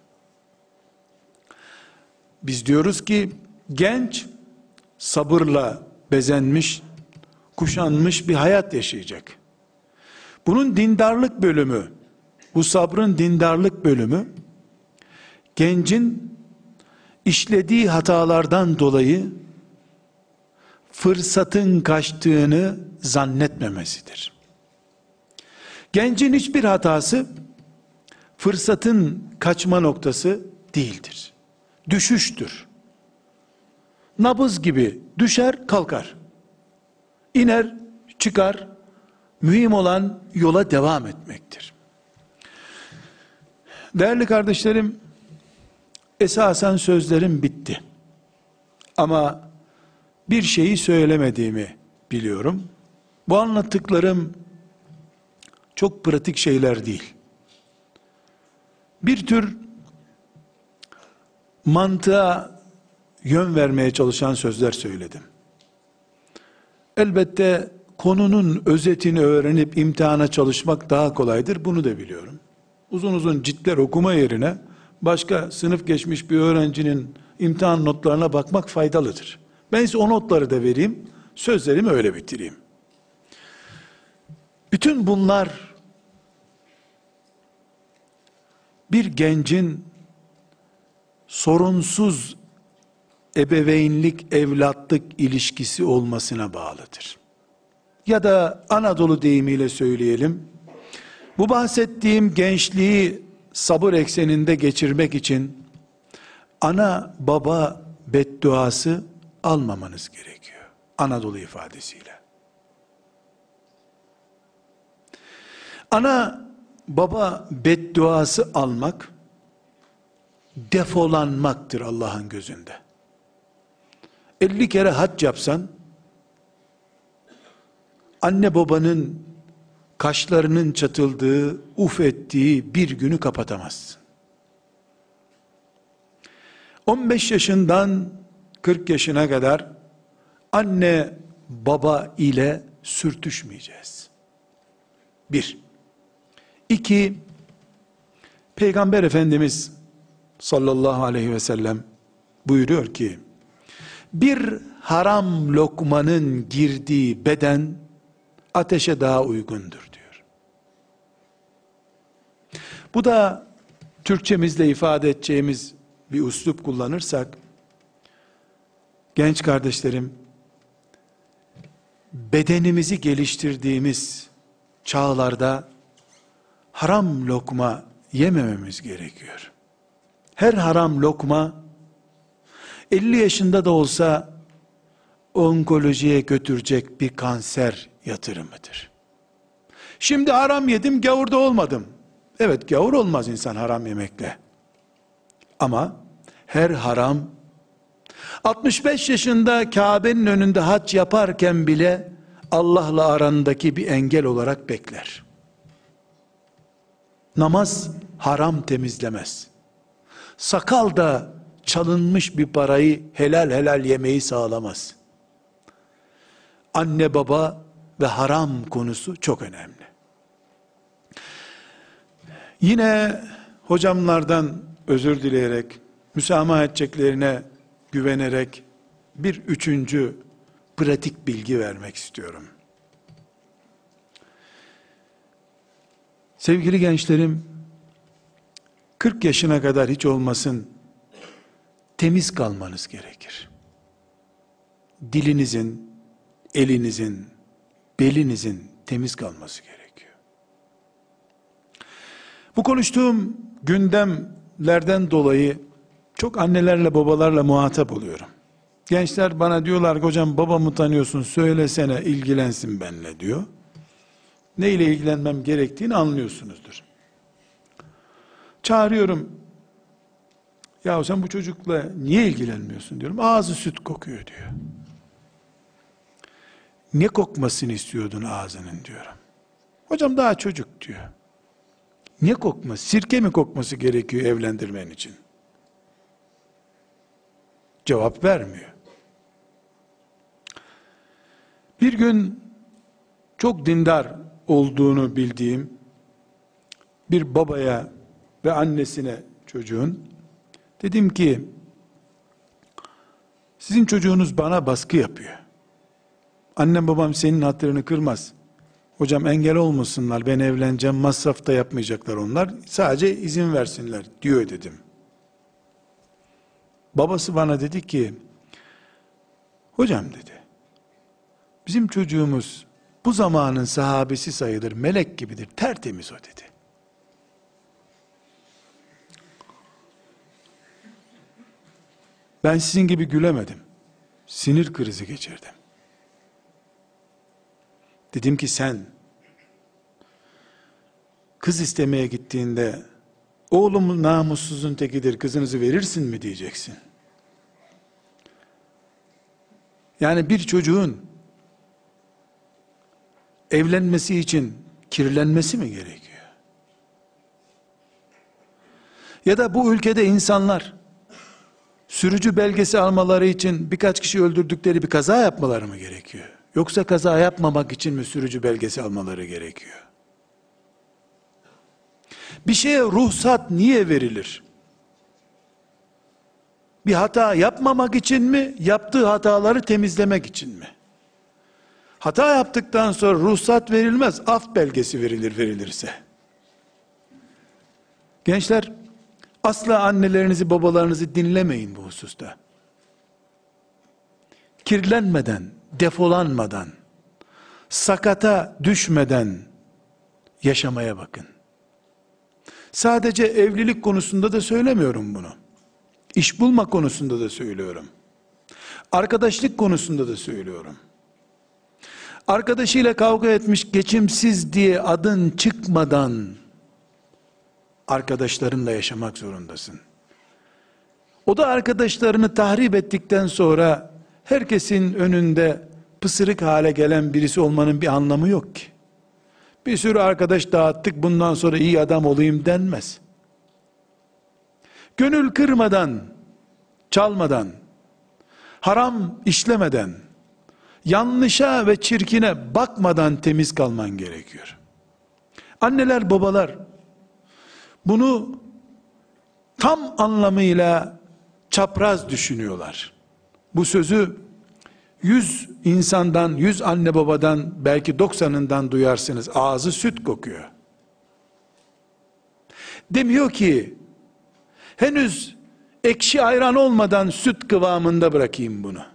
Speaker 1: Biz diyoruz ki, genç, sabırla bezenmiş, kuşanmış bir hayat yaşayacak. Bunun dindarlık bölümü, bu sabrın dindarlık bölümü, gencin işlediği hatalardan dolayı fırsatın kaçtığını zannetmemesidir. Gencin hiçbir hatası fırsatın kaçma noktası değildir. Düşüştür. Nabız gibi düşer kalkar. İner çıkar, Mühim olan yola devam etmektir. Değerli kardeşlerim, esasen sözlerim bitti. Ama bir şeyi söylemediğimi biliyorum. Bu anlattıklarım çok pratik şeyler değil. Bir tür mantığa yön vermeye çalışan sözler söyledim. Elbette konunun özetini öğrenip imtihana çalışmak daha kolaydır. Bunu da biliyorum. Uzun uzun ciltler okuma yerine başka sınıf geçmiş bir öğrencinin imtihan notlarına bakmak faydalıdır. Ben size o notları da vereyim, sözlerimi öyle bitireyim. Bütün bunlar bir gencin sorunsuz ebeveynlik, evlatlık ilişkisi olmasına bağlıdır. Ya da Anadolu deyimiyle söyleyelim, bu bahsettiğim gençliği sabır ekseninde geçirmek için ana baba bedduası almamanız gerekiyor. Anadolu ifadesiyle. Ana baba bedduası almak, defolanmaktır Allah'ın gözünde. elli kere hac yapsan, anne babanın kaşlarının çatıldığı, uf ettiği bir günü kapatamazsın. on beş yaşından kırk yaşına kadar anne baba ile sürtüşmeyeceğiz. Bir. İki, Peygamber Efendimiz sallallahu aleyhi ve sellem buyuruyor ki, bir haram lokmanın girdiği beden ateşe daha uygundur diyor. Bu da Türkçemizle ifade edeceğimiz bir üslup kullanırsak, genç kardeşlerim, bedenimizi geliştirdiğimiz çağlarda haram lokma yemememiz gerekiyor. Her haram lokma elli yaşında da olsa onkolojiye götürecek bir kanser yatırımıdır. Şimdi haram yedim, gavur da olmadım. Evet, gavur olmaz insan haram yemekle. Ama her haram, altmış beş yaşında Kabe'nin önünde hac yaparken bile Allah'la arandaki bir engel olarak bekler. Namaz haram temizlemez. Sakal da çalınmış bir parayı helal helal yemeyi sağlamaz. Anne baba ve haram konusu çok önemli. Yine hocamlardan özür dileyerek, müsamaha edeceklerine güvenerek bir üçüncü pratik bilgi vermek istiyorum. Sevgili gençlerim, kırk yaşına kadar hiç olmasın temiz kalmanız gerekir. Dilinizin, elinizin, belinizin temiz kalması gerekiyor. Bu konuştuğum gündemlerden dolayı çok annelerle babalarla muhatap oluyorum. Gençler bana diyorlar ki hocam babamı tanıyorsun söylesene ilgilensin benimle diyor. Ne ile ilgilenmem gerektiğini anlıyorsunuzdur. Çağırıyorum. Ya sen bu çocukla niye ilgilenmiyorsun diyorum. Ağzı süt kokuyor diyor. Ne kokmasını istiyordun ağzının diyorum. Hocam daha çocuk diyor. Ne kokması? Sirke mi kokması gerekiyor evlendirmen için? Cevap vermiyor. Bir gün çok dindar olduğunu bildiğim bir babaya ve annesine çocuğun dedim ki sizin çocuğunuz bana baskı yapıyor. Annem babam senin hatırını kırmaz. Hocam engel olmasınlar, ben evleneceğim, masraf da yapmayacaklar onlar. Sadece izin versinler diyor dedim. Babası bana dedi ki, hocam dedi, bizim çocuğumuz bu zamanın sahabesi sayılır, melek gibidir, tertemiz o dedi. Ben sizin gibi gülemedim. Sinir krizi geçirdim. Dedim ki sen kız istemeye gittiğinde, oğlum namussuzun tekidir, kızınızı verirsin mi diyeceksin. Yani bir çocuğun evlenmesi için kirlenmesi mi gerekiyor? Ya da bu ülkede insanlar sürücü belgesi almaları için birkaç kişi öldürdükleri bir kaza yapmaları mı gerekiyor? Yoksa kaza yapmamak için mi sürücü belgesi almaları gerekiyor? Bir şeye ruhsat niye verilir? Bir hata yapmamak için mi, yaptığı hataları temizlemek için mi? Hata yaptıktan sonra ruhsat verilmez, af belgesi verilir verilirse. Gençler, asla annelerinizi, babalarınızı dinlemeyin bu hususta. Kirlenmeden, defolanmadan, sakata düşmeden yaşamaya bakın. Sadece evlilik konusunda da söylemiyorum bunu. İş bulma konusunda da söylüyorum. Arkadaşlık konusunda da söylüyorum. Arkadaşıyla kavga etmiş, geçimsiz diye adın çıkmadan arkadaşlarınla yaşamak zorundasın. O da arkadaşlarını tahrip ettikten sonra herkesin önünde pısırık hale gelen birisi olmanın bir anlamı yok ki. Bir sürü arkadaş dağıttık, bundan sonra iyi adam olayım denmez. Gönül kırmadan, çalmadan, haram işlemeden, yanlışa ve çirkine bakmadan temiz kalman gerekiyor. Anneler, babalar bunu tam anlamıyla çapraz düşünüyorlar. Bu sözü yüz insandan, yüz anne babadan belki doksanından duyarsınız. Ağzı süt kokuyor. Demiyor ki henüz ekşi ayran olmadan süt kıvamında bırakayım bunu.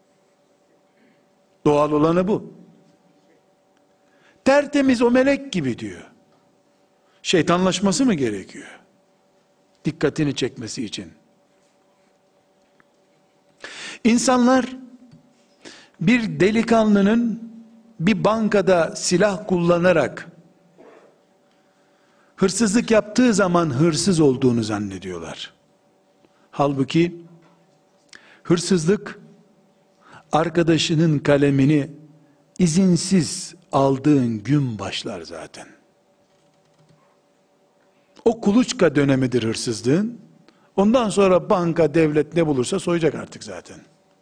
Speaker 1: Doğal olanı bu. Tertemiz o melek gibi diyor. Şeytanlaşması mı gerekiyor? Dikkatini çekmesi için. İnsanlar bir delikanlının bir bankada silah kullanarak hırsızlık yaptığı zaman hırsız olduğunu zannediyorlar. Halbuki hırsızlık arkadaşının kalemini izinsiz aldığın gün başlar zaten. O kuluçka dönemidir hırsızlığın. Ondan sonra banka, devlet ne bulursa soyacak artık zaten.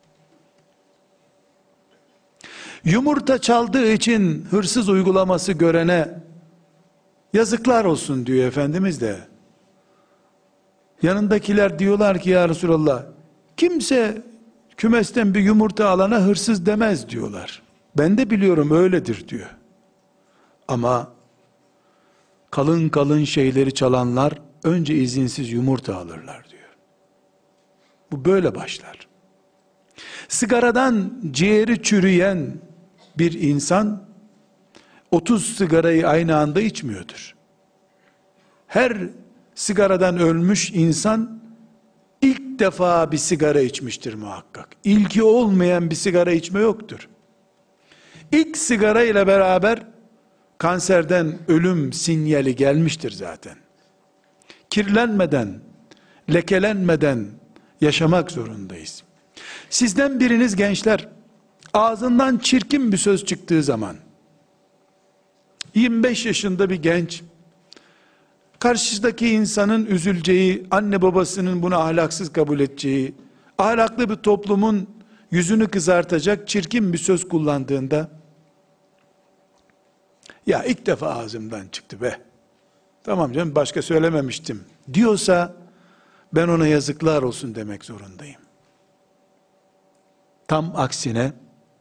Speaker 1: Yumurta çaldığı için hırsız uygulaması görene yazıklar olsun diyor Efendimiz de. Yanındakiler diyorlar ki ya Resulallah, kimse kümesten bir yumurta alana hırsız demez diyorlar. Ben de biliyorum öyledir diyor. Ama kalın kalın şeyleri çalanlar önce izinsiz yumurta alırlar diyor. Bu böyle başlar. Sigaradan ciğeri çürüyen bir insan otuz sigarayı aynı anda içmiyordur. Her sigaradan ölmüş insan ilk defa bir sigara içmiştir muhakkak. İlki olmayan bir sigara içme yoktur. İlk sigara ile beraber kanserden ölüm sinyali gelmiştir zaten. Kirlenmeden, lekelenmeden yaşamak zorundayız. Sizden biriniz gençler, ağzından çirkin bir söz çıktığı zaman, yirmi beş yaşında bir genç, karşıdaki insanın üzüleceği, anne babasının bunu ahlaksız kabul edeceği, ahlaklı bir toplumun yüzünü kızartacak çirkin bir söz kullandığında, ya ilk defa ağzımdan çıktı be, tamam canım başka söylememiştim diyorsa, ben ona yazıklar olsun demek zorundayım. Tam aksine,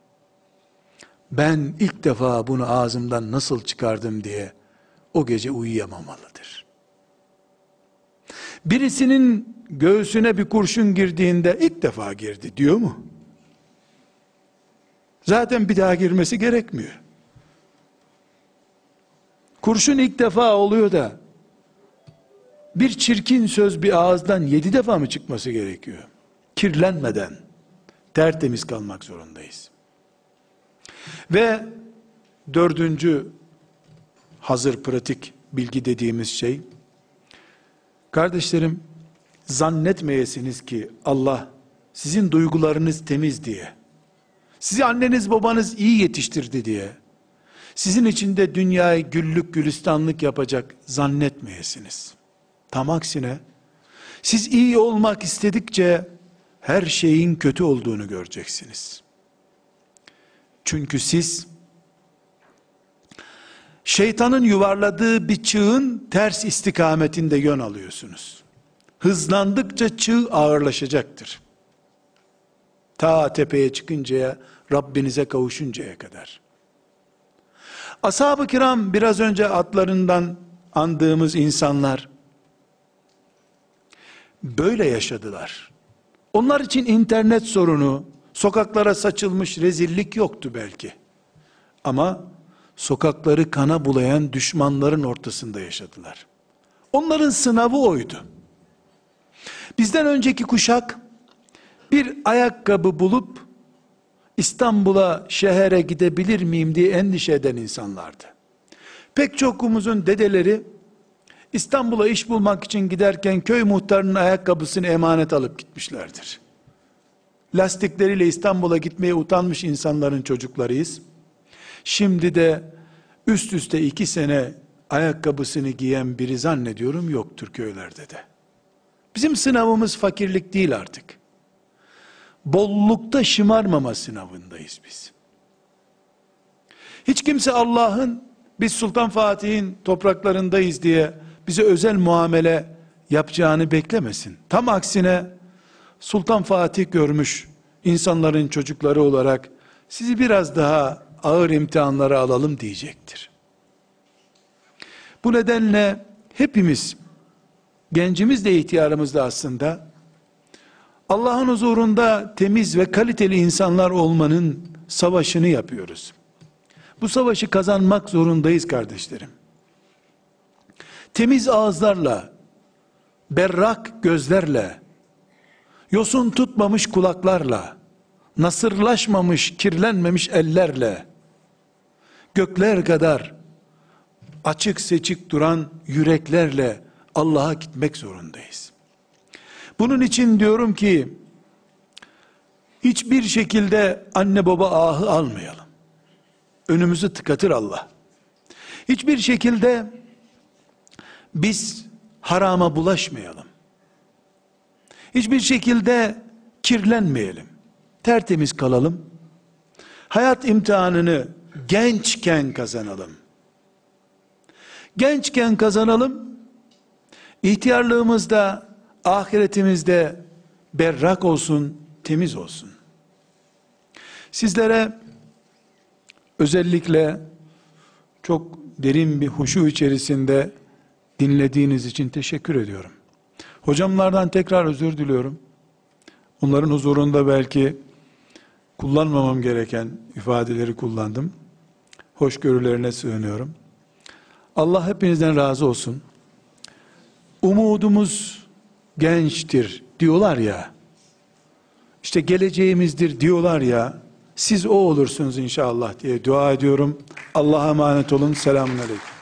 Speaker 1: ben ilk defa bunu ağzımdan nasıl çıkardım diye o gece uyuyamamalıdır. Birisinin göğsüne bir kurşun girdiğinde ilk defa girdi diyor mu? Zaten bir daha girmesi gerekmiyor. Kurşun ilk defa oluyor da bir çirkin söz bir ağızdan yedi defa mı çıkması gerekiyor? Kirlenmeden tertemiz kalmak zorundayız. Ve dördüncü hazır pratik bilgi dediğimiz şey. Kardeşlerim, zannetmeyesiniz ki Allah sizin duygularınız temiz diye, sizi anneniz babanız iyi yetiştirdi diye, sizin içinde dünyayı güllük gülistanlık yapacak zannetmeyesiniz. Tam aksine, siz iyi olmak istedikçe her şeyin kötü olduğunu göreceksiniz. Çünkü siz şeytanın yuvarladığı bir çığın ters istikametinde yön alıyorsunuz. Hızlandıkça çığ ağırlaşacaktır. Ta tepeye çıkıncaya, Rabbinize kavuşuncaya kadar. Ashab-ı kiram, biraz önce adlarından andığımız insanlar böyle yaşadılar. Onlar için internet sorunu, sokaklara saçılmış rezillik yoktu belki. Ama sokakları kana bulayan düşmanların ortasında yaşadılar. Onların sınavı oydu. Bizden önceki kuşak bir ayakkabı bulup İstanbul'a, şehre gidebilir miyim diye endişe eden insanlardı. Pek çokumuzun dedeleri İstanbul'a iş bulmak için giderken köy muhtarının ayakkabısını emanet alıp gitmişlerdir. Lastikleriyle İstanbul'a gitmeye utanmış insanların çocuklarıyız. Şimdi de üst üste iki sene ayakkabısını giyen biri zannediyorum yoktur köylerde de. Bizim sınavımız fakirlik değil artık. Bollukta şımarmama sınavındayız biz. Hiç kimse Allah'ın biz Sultan Fatih'in topraklarındayız diye bize özel muamele yapacağını beklemesin. Tam aksine Sultan Fatih görmüş insanların çocukları olarak sizi biraz daha ağır imtihanlara alalım diyecektir. Bu nedenle hepimiz, gencimiz de ihtiyarımız da aslında Allah'ın huzurunda temiz ve kaliteli insanlar olmanın savaşını yapıyoruz. Bu savaşı kazanmak zorundayız kardeşlerim. Temiz ağızlarla, berrak gözlerle, yosun tutmamış kulaklarla, nasırlaşmamış, kirlenmemiş ellerle, gökler kadar açık seçik duran yüreklerle Allah'a gitmek zorundayız. Bunun için diyorum ki, hiçbir şekilde anne baba ahı almayalım. Önümüzü tıkatır Allah. Hiçbir şekilde biz harama bulaşmayalım. Hiçbir şekilde kirlenmeyelim. Tertemiz kalalım. Hayat imtihanını gençken kazanalım. Gençken kazanalım. İhtiyarlığımızda, ahiretimizde berrak olsun, temiz olsun. Sizlere özellikle çok derin bir huşu içerisinde dinlediğiniz için teşekkür ediyorum. Hocamlardan tekrar özür diliyorum. Onların huzurunda belki kullanmamam gereken ifadeleri kullandım. Hoşgörülerine sığınıyorum. Allah hepinizden razı olsun. Umudumuz gençtir diyorlar ya, işte geleceğimizdir diyorlar ya, siz o olursunuz inşallah diye dua ediyorum. Allah'a emanet olun. Selamun aleyküm.